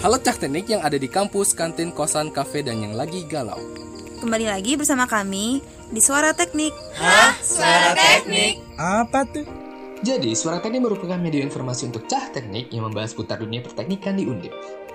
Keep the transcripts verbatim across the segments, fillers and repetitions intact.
Halo Cah Teknik yang ada di kampus, kantin, kosan, kafe, dan yang lagi galau. Kembali lagi bersama kami di Suara Teknik. Hah? Suara Teknik? Apa tuh? Jadi, Suara Teknik merupakan media informasi untuk Cah Teknik yang membahas putar dunia perteknikan di Undip.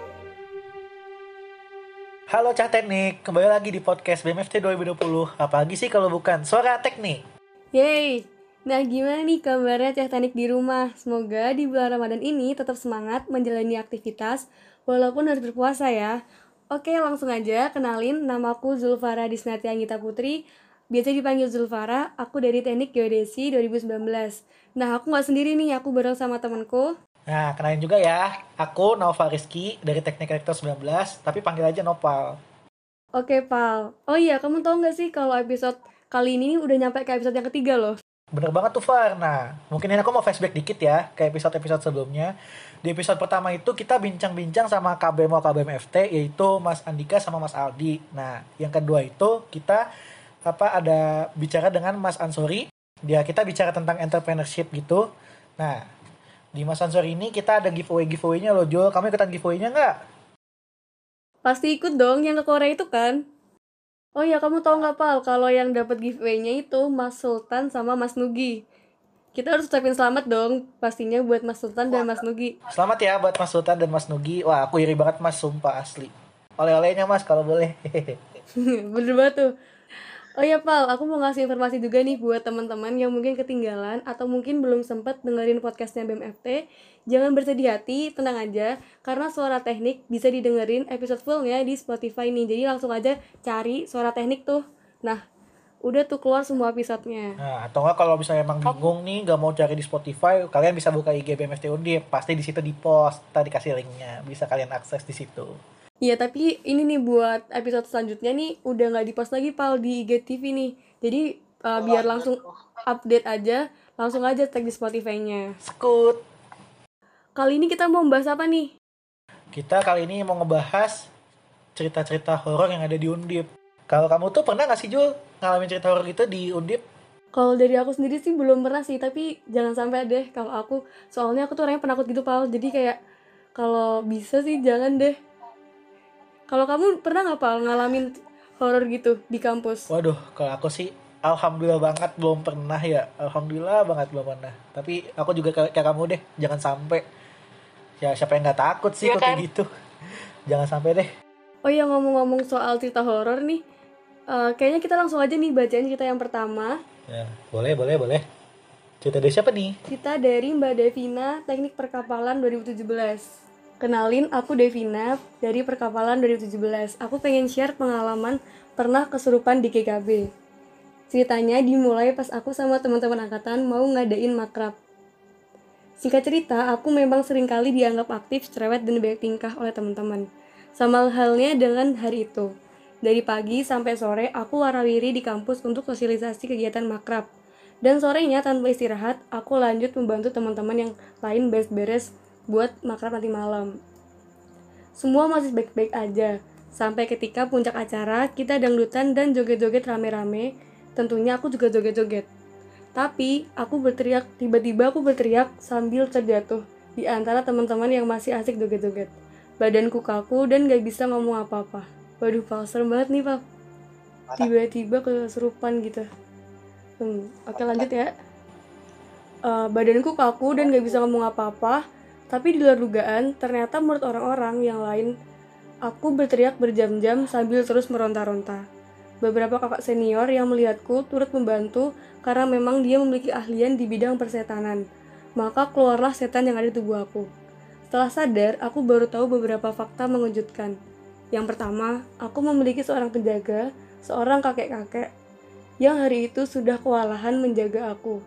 Halo Cah Teknik, kembali lagi di podcast B M F T dua ribu dua puluh. Apalagi sih kalau bukan Suara Teknik? Yeay! Nah gimana nih kabarnya Cah Teknik di rumah? Semoga di bulan Ramadan ini tetap semangat menjalani aktivitas walaupun harus berpuasa ya. Oke, langsung aja kenalin, namaku Zulfara Disnati Anggita Putri. Biasa dipanggil Zulfara, aku dari Teknik Geodesi dua ribu sembilan belas. Nah, aku gak sendiri nih, aku bareng sama temanku. Nah, kenalin juga ya, aku Nova Rizky dari Teknik Elektro sembilan belas, tapi panggil aja Nopal. Oke, Pal. Oh iya, kamu tahu gak sih kalau episode kali ini udah nyampe ke episode yang ketiga loh? Bener banget tuh Far. Nah, mungkin ini aku mau flashback dikit ya ke episode-episode sebelumnya. Di episode pertama itu kita bincang-bincang sama K B M O K B M F T, yaitu Mas Andika sama Mas Aldi. Nah, yang kedua itu kita apa ada bicara dengan Mas Ansori. Dia kita bicara tentang entrepreneurship gitu. Nah, di Mas Ansori ini kita ada giveaway-giveaway-nya loh, Jo. Kamu ikutan giveaway-nya nggak? Pasti ikut dong, yang ke Korea itu kan? Oh iya, kamu tau gak Pal, kalau yang dapat giveaway-nya itu Mas Sultan sama Mas Nugi. Kita harus ucapin selamat dong, pastinya buat Mas Sultan dan Mas Nugi. Selamat ya buat Mas Sultan dan Mas Nugi. Wah, aku iri banget Mas, sumpah asli. Oleh-olehnya Mas, kalau boleh. Bener banget tuh. Oh iya Pal, aku mau ngasih informasi juga nih buat teman-teman yang mungkin ketinggalan atau mungkin belum sempat dengerin podcastnya B M F T. Jangan bersedih hati, tenang aja, karena Suara Teknik bisa didengerin episode fullnya di Spotify nih. Jadi langsung aja cari Suara Teknik tuh. Nah, udah tuh keluar semua episodenya. Nah, atau enggak kalau misalnya emang bingung nih, gak mau cari di Spotify, kalian bisa buka I G B M F T Undip. Pasti di situ di post, tadi dikasih linknya, bisa kalian akses di situ. Iya, tapi ini nih buat episode selanjutnya nih udah nggak di post lagi Pal di I G T V nih. Jadi uh, biar langsung update aja, langsung aja tag di Spotify-nya. Skut. Kali ini kita mau membahas apa nih? Kita kali ini mau ngebahas cerita-cerita horor yang ada di Undip. Kalau kamu tuh pernah nggak sih Jul ngalamin cerita horor gitu di Undip? Kalau dari aku sendiri sih belum pernah sih, tapi jangan sampai deh kalau aku. Soalnya aku tuh orangnya penakut gitu Pal. Jadi kayak kalau bisa sih jangan deh. Kalau kamu pernah nggak Pal ngalamin horor gitu di kampus? Waduh, kalau aku sih alhamdulillah banget belum pernah ya. Alhamdulillah banget belum pernah. Tapi aku juga kayak kamu deh, jangan sampai. Ya siapa yang nggak takut sih ya, kok kan? Kayak gitu. Jangan sampai deh. Oh iya, ngomong-ngomong soal cerita horor nih, uh, kayaknya kita langsung aja nih bacain cerita yang pertama. Ya, boleh, boleh, boleh. Cerita dari siapa nih? Cerita dari Mbak Devina, Teknik Perkapalan dua ribu tujuh belas. Kenalin, aku Devina dari Perkapalan dua ribu tujuh belas. Aku pengen share pengalaman pernah kesurupan di G K B. Ceritanya dimulai pas aku sama teman-teman angkatan mau ngadain makrab. Singkat cerita, aku memang seringkali dianggap aktif, cerewet, dan banyak tingkah oleh teman-teman. Sama halnya dengan hari itu. Dari pagi sampai sore, aku warawiri di kampus untuk sosialisasi kegiatan makrab. Dan sorenya tanpa istirahat, aku lanjut membantu teman-teman yang lain beres-beres buat makrab nanti malam. Semua masih baik-baik aja, sampai ketika puncak acara, kita dangdutan dan joget-joget rame-rame. Tentunya aku juga joget-joget. Tapi, aku berteriak, tiba-tiba aku berteriak sambil terjatuh di antara teman-teman yang masih asik joget-joget. Badanku kaku dan gak bisa ngomong apa-apa. Waduh, Pal, serem banget nih, Pal. Tiba-tiba kesurupan gitu. Hmm, oke lanjut ya. Uh, badanku kaku dan gak bisa ngomong apa-apa. Tapi di luar dugaan, ternyata menurut orang-orang yang lain, aku berteriak berjam-jam sambil terus meronta-ronta. Beberapa kakak senior yang melihatku turut membantu karena memang dia memiliki ahlian di bidang persetanan. Maka keluarlah setan yang ada di tubuh aku. Setelah sadar, aku baru tahu beberapa fakta mengejutkan. Yang pertama, aku memiliki seorang penjaga, seorang kakek-kakek, yang hari itu sudah kewalahan menjaga aku.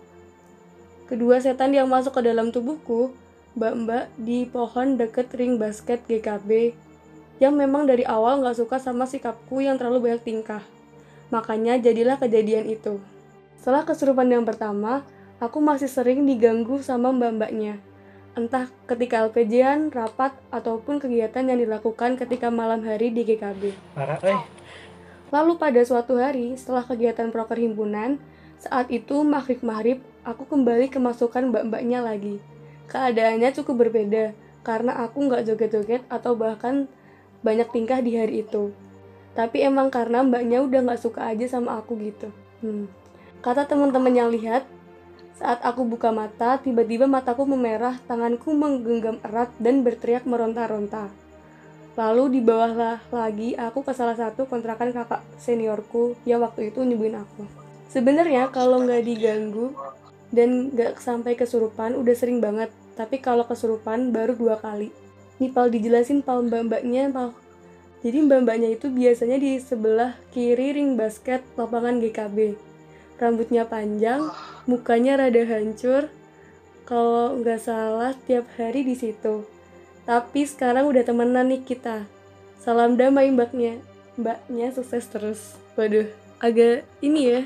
Kedua setan yang masuk ke dalam tubuhku, mbak-mbak di pohon deket ring basket G K B yang memang dari awal gak suka sama sikapku yang terlalu banyak tingkah. Makanya jadilah kejadian itu. Setelah kesurupan yang pertama, aku masih sering diganggu sama mbak-mbaknya. Entah ketika L P J-an, rapat, ataupun kegiatan yang dilakukan ketika malam hari di G K B. Parah, eh. Lalu pada suatu hari, setelah kegiatan proker himpunan, saat itu maghrib-maghrib, aku kembali kemasukan mbak-mbaknya lagi. Keadaannya cukup berbeda, karena aku nggak joget-joget atau bahkan banyak tingkah di hari itu. Tapi emang karena mbaknya udah nggak suka aja sama aku gitu. Hmm. Kata teman-teman yang lihat, saat aku buka mata, tiba-tiba mataku memerah, tanganku menggenggam erat dan berteriak meronta-ronta. Lalu di bawah lagi aku ke salah satu kontrakan kakak seniorku yang waktu itu nyembuhin aku. Sebenarnya kalau nggak diganggu dan nggak sampai kesurupan udah sering banget. Tapi kalau kesurupan baru dua kali. Nih Pal, dijelasin Pal mbak-mbaknya Pal. Jadi mbak-mbaknya itu biasanya di sebelah kiri ring basket lapangan G K B. Rambutnya panjang, mukanya rada hancur. Kalau nggak salah tiap hari di situ. Tapi sekarang udah temenan nih kita. Salam damai mbaknya. Mbaknya sukses terus. Waduh, agak ini ya.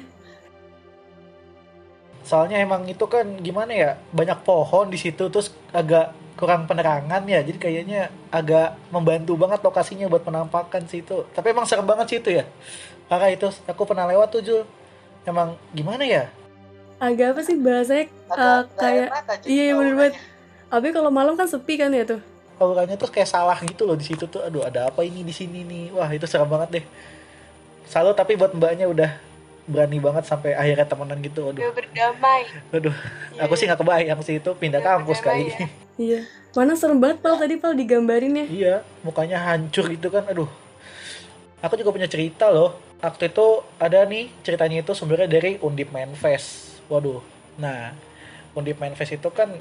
Soalnya emang itu kan gimana ya, banyak pohon di situ terus agak kurang penerangan ya. Jadi kayaknya agak membantu banget lokasinya buat penampakan situ. Tapi emang serem banget sih itu ya. Parah itu, aku pernah lewat tuh Jul. Emang gimana ya? Agak apa sih bahasanya uh, kayak iya bener banget. Tapi kalau malam kan sepi kan ya tuh. Auranya tuh kayak salah gitu loh di situ tuh. Aduh, ada apa ini di sini nih? Wah, itu serem banget deh. Salut tapi buat mbaknya udah berani banget sampai akhirnya temenan gitu. Aduh. Udah berdamai. Aduh, aku sih nggak kebayang sih itu pindah kampus kali. Ya. Iya. Mana serem banget Pal tadi Pal digambarin ya. Iya, mukanya hancur gitu kan. Aduh. Aku juga punya cerita loh. Waktu itu ada nih ceritanya itu sebenarnya dari Undip Manfest. Waduh. Nah, Undip Manfest itu kan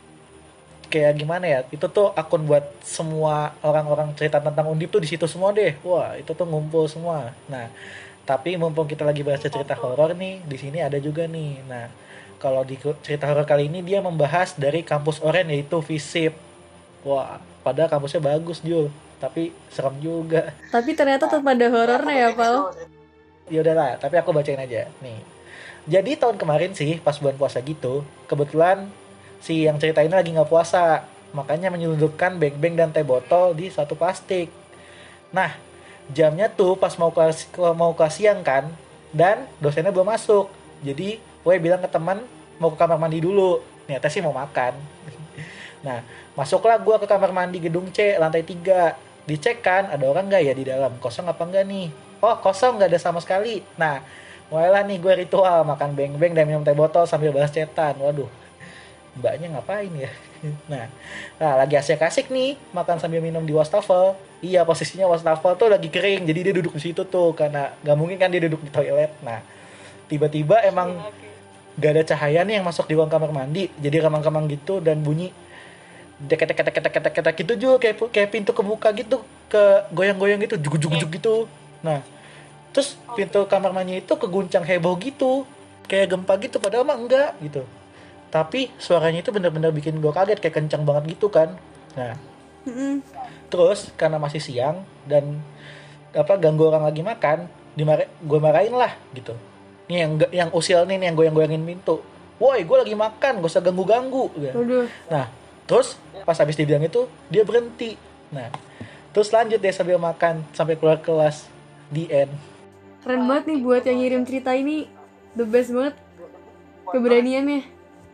kayak gimana ya? Itu tuh akun buat semua orang-orang cerita tentang Undip tuh di situ semua deh. Wah, itu tuh ngumpul semua. Nah, tapi mumpung kita lagi bahas cerita horor nih, di sini ada juga nih. Nah, kalau di cerita horor kali ini dia membahas dari kampus Oren yaitu Visip. Wah, padahal kampusnya bagus Jul, tapi serem juga. Tapi ternyata tetap ada horornya ya Pal. Ya udahlah, tapi aku bacain aja nih. Jadi tahun kemarin sih pas bulan puasa gitu, kebetulan si yang cerita ini lagi nggak puasa, makanya menyelundupkan beng-beng dan teh botol di satu plastik. Nah, jamnya tuh pas mau kelas mau kelas siang kan, dan dosennya belum masuk. Jadi, gue bilang ke teman mau ke kamar mandi dulu. Niatnya sih mau makan. Nah, masuklah gue ke kamar mandi gedung C lantai tiga. Dicek kan ada orang nggak ya di dalam, kosong apa enggak nih? Oh kosong, nggak ada sama sekali. Nah, mulailah nih gue ritual makan beng-beng dan minum teh botol sambil balas cetan. Waduh, mbaknya ngapain ya? Nah, nah lagi asik-asik nih makan sambil minum di wastafel. Iya, posisinya wastafel tuh lagi kering, jadi dia duduk di situ tuh karena nggak mungkin kan dia duduk di toilet. Nah, tiba-tiba emang nggak ada cahaya nih yang masuk di ruang kamar mandi, jadi remang-remang gitu dan bunyi deket deket deket deket deket gitu juga kayak kayak pintu kebuka gitu, ke goyang-goyang gitu, jujuk-jujuk gitu. Nah, terus pintu kamar mandi itu keguncang heboh gitu, kayak gempa gitu, padahal mah enggak gitu. Tapi suaranya itu benar-benar bikin gue kaget, kayak kencang banget gitu kan. Nah, Mm-mm. terus karena masih siang dan apa ganggu orang lagi makan, dimar- gue marahin lah gitu. Nih yang yang usil nih, nih yang goyang-goyangin pintu. Woi, gue lagi makan, gak usah ganggu-ganggu. Waduh. Nah, terus pas habis dibilang itu dia berhenti. Nah, terus lanjut deh sambil makan sampai keluar kelas. The end. Keren banget nih buat yang ngirim cerita ini. The best banget keberaniannya.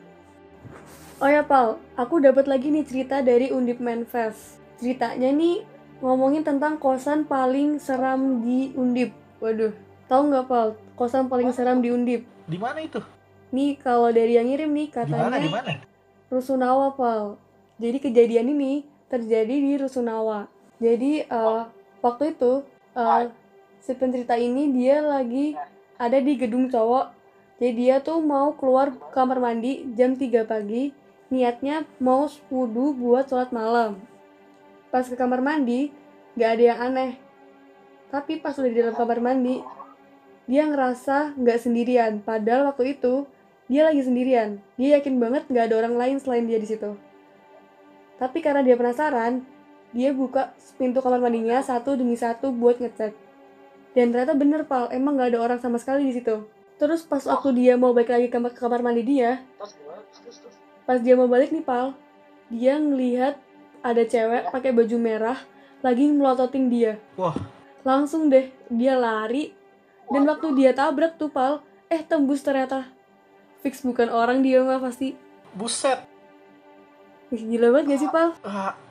Oh ya Pal, aku dapat lagi nih cerita dari Undip Manfest. Ceritanya nih ngomongin tentang kosan paling seram di Undip. Waduh, tahu nggak Pal? Kosan paling seram di Undip. Di mana itu? Nih kalau dari yang ngirim nih Di mana? katanya Di mana? Rusunawa Pal. Jadi kejadian ini terjadi di Rusunawa. Jadi uh, waktu itu uh, si pencerita ini dia lagi ada di gedung cowok. Jadi dia tuh mau keluar kamar mandi jam tiga pagi. Niatnya mau wudu buat sholat malam. Pas ke kamar mandi, gak ada yang aneh. Tapi pas udah di dalam kamar mandi, dia ngerasa gak sendirian. Padahal waktu itu, dia lagi sendirian. Dia yakin banget gak ada orang lain selain dia di situ. Tapi karena dia penasaran, dia buka pintu kamar mandinya satu demi satu buat ngecek. Dan ternyata bener Pal, emang gak ada orang sama sekali di situ. Terus pas waktu dia mau balik lagi ke kamar mandi dia, pas dia mau balik nih Pal, dia ngelihat ada cewek pakai baju merah lagi melototin dia. Wah. Langsung deh dia lari, dan waktu dia tabrak tuh Pal, eh tembus ternyata. Fix bukan orang dia mah pasti. Buset. Wih, gila banget gak sih Pal? Ah,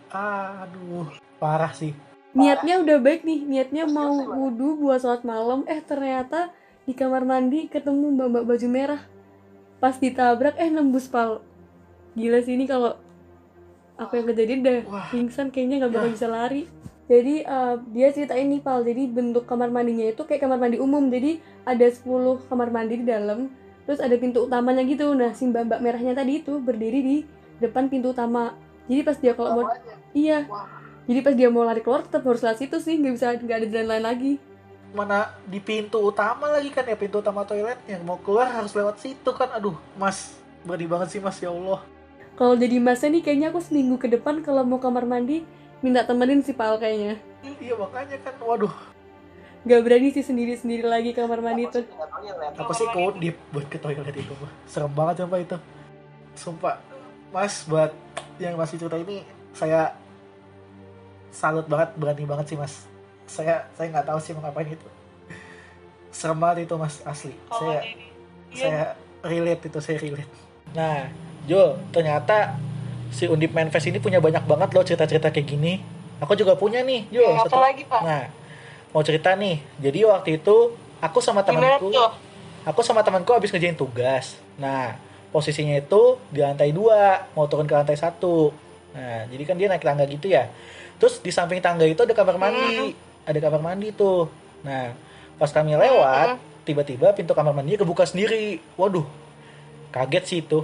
Aduh, parah sih. Niatnya udah baik nih, niatnya mau wudhu buat sholat malam, eh ternyata di kamar mandi ketemu mbak-mbak baju merah. Pas ditabrak, eh nembus pal. Gila sih ini kalau aku yang kejadian udah pingsan, kayaknya nggak bakal bisa lari. Jadi uh, dia ceritain nih pal, jadi bentuk kamar mandinya itu kayak kamar mandi umum. Jadi ada sepuluh kamar mandi di dalam, terus ada pintu utamanya gitu. Nah si mbak-mbak merahnya tadi itu berdiri di depan pintu utama. Jadi pas dia kalau mau, iya. Jadi pas dia mau lari keluar tetap harus lewat situ sih, nggak bisa, nggak ada jalan lain lagi. Mana di pintu utama lagi kan ya, pintu utama toiletnya, mau keluar harus lewat situ kan. Aduh mas, berani banget sih mas, ya Allah. Kalau jadi masnya nih kayaknya aku seminggu ke depan kalau mau kamar mandi minta temenin si Pal kayaknya. Iya makanya kan, waduh. Gak berani sih sendiri-sendiri lagi kamar mandi tuh. Aku sih kodip buat ke toilet itu mah. Serem banget sumpah itu. Sumpah mas, buat yang masih cerita ini saya salut banget, berani banget sih mas. Saya saya nggak tahu sih mau ngapain itu. Serem banget itu mas, asli. Oh, saya ini. saya relate itu, saya relate. Nah, Jo, ternyata si Undip Manfest ini punya banyak banget loh cerita-cerita kayak gini. Aku juga punya nih, Jo. Ya, apa lagi, Pak? Nah, mau cerita nih. Jadi waktu itu aku sama temanku, aku sama temanku habis ngerjain tugas. Nah, posisinya itu di lantai dua, mau turun ke lantai satu. Nah, jadi kan dia naik tangga gitu ya. Terus di samping tangga itu ada kamar mandi, hmm. ada kamar mandi tuh. Nah, pas kami lewat, hmm. tiba-tiba pintu kamar mandinya kebuka sendiri. Waduh, kaget sih itu.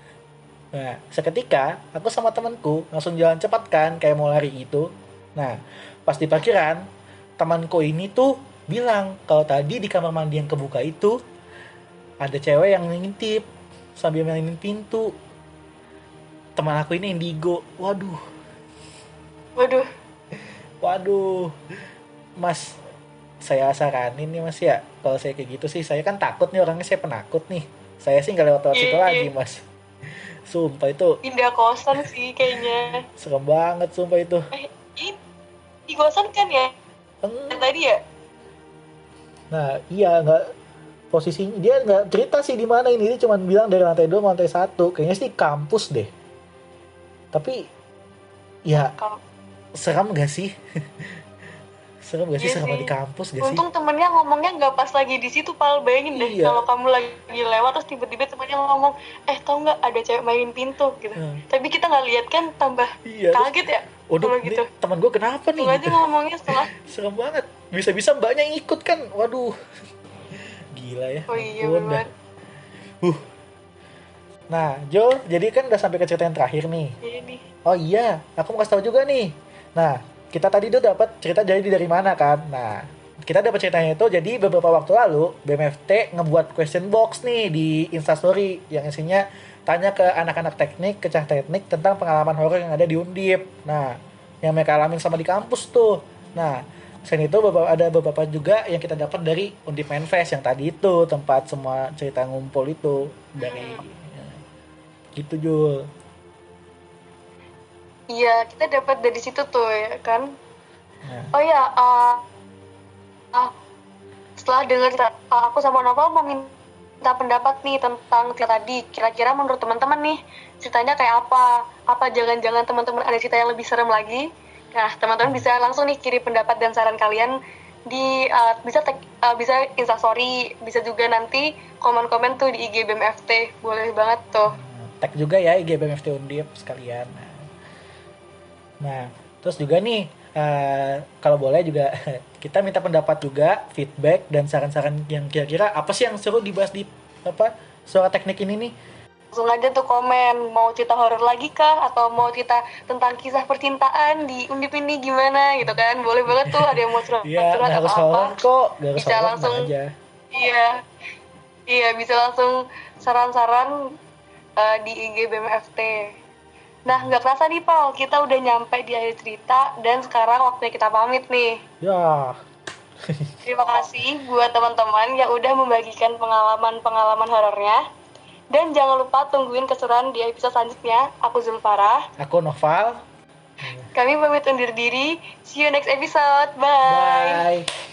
Nah, seketika aku sama temanku langsung jalan cepat kan, kayak mau lari gitu. Nah, pas di parkiran, temanku ini tuh bilang kalau tadi di kamar mandi yang kebuka itu ada cewek yang ngintip sambil mainin pintu. Teman aku ini indigo. Waduh. Waduh. Waduh. Mas, saya saranin nih mas ya, kalau saya kayak gitu sih, saya kan takut nih orangnya, saya penakut nih. Saya sih nggak lewat-lewat situ lagi mas. Sumpah itu pindah kosan sih kayaknya. Serem banget sumpah itu. Eh, ini di kosan kan ya? Eng... Yang tadi ya? Nah, iya nggak posisinya dia nggak cerita sih di mana ini, dia cuma bilang dari lantai dua ke lantai satu. Kayaknya sih di kampus deh. Tapi ya Kamp- serem gak sih? Serem gak sih, iya serem di kampus gak sih? Untung temennya ngomongnya nggak pas lagi di situ, Pal. Bayangin deh iya. Kalau kamu lagi lewat terus tiba-tiba temennya ngomong, eh tau nggak ada cewek mainin pintu gitu. Hmm. Tapi kita nggak lihat kan, tambah iya, kaget ya. Waduh, gitu. Teman gue kenapa nih? Gitu. Aja ngomongnya setelah. Serem banget. Bisa-bisa mbaknya yang ikut kan. Waduh, gila ya. Oh iya benar. Uh. Nah, Jo, jadi kan udah sampai ke cerita yang terakhir nih. Iya nih. Oh iya, aku mau kasih tahu juga nih. Nah, kita tadi tuh dapat cerita jadi dari mana kan? Nah, kita dapat ceritanya itu jadi beberapa waktu lalu B M F T ngebuat question box nih di Instastory yang isinya tanya ke anak-anak teknik, ke cah teknik tentang pengalaman horor yang ada di Undip. Nah, yang mereka alamin sama di kampus tuh. Nah, selain itu beberapa, ada beberapa juga yang kita dapat dari Undip Manfest yang tadi itu, tempat semua cerita ngumpul itu dari ya, gitu Jul. Iya, kita dapat dari situ tuh ya kan. Nah. Oh ya, uh, uh, setelah dengar uh, aku sama Novel mau minta pendapat nih tentang cerita tadi. Kira-kira menurut teman-teman nih ceritanya kayak apa? Apa jangan-jangan teman-teman ada cerita yang lebih serem lagi? Nah, teman-teman bisa langsung nih kirim pendapat dan saran kalian di uh, bisa tag, uh, bisa Instastory, bisa juga nanti komen-komen tuh di I G B M F T. Boleh banget tuh. Tag juga ya I G B M F T Undip sekalian. Nah, terus juga nih, uh, kalau boleh juga kita minta pendapat juga, feedback dan saran-saran yang kira-kira apa sih yang seru dibahas di apa Suara Teknik ini nih. Langsung aja tuh komen, mau cerita horor lagi kah? Atau mau cerita tentang kisah percintaan di Undip ini gimana gitu kan? Boleh banget tuh, ada yang mau curhat ya, atau harus apa. horor kok, gak harus bisa horor langsung aja. Iya, iya bisa langsung saran-saran uh, di I G B M F T. Nah, nggak kerasa nih, Paul. Kita udah nyampe di akhir cerita dan sekarang waktunya kita pamit nih. Ya. Terima kasih buat teman-teman yang udah membagikan pengalaman-pengalaman horornya. Dan jangan lupa tungguin keseruan di episode selanjutnya. Aku Zulfara. Aku Noval. Kami pamit undur diri. See you next episode. Bye. Bye.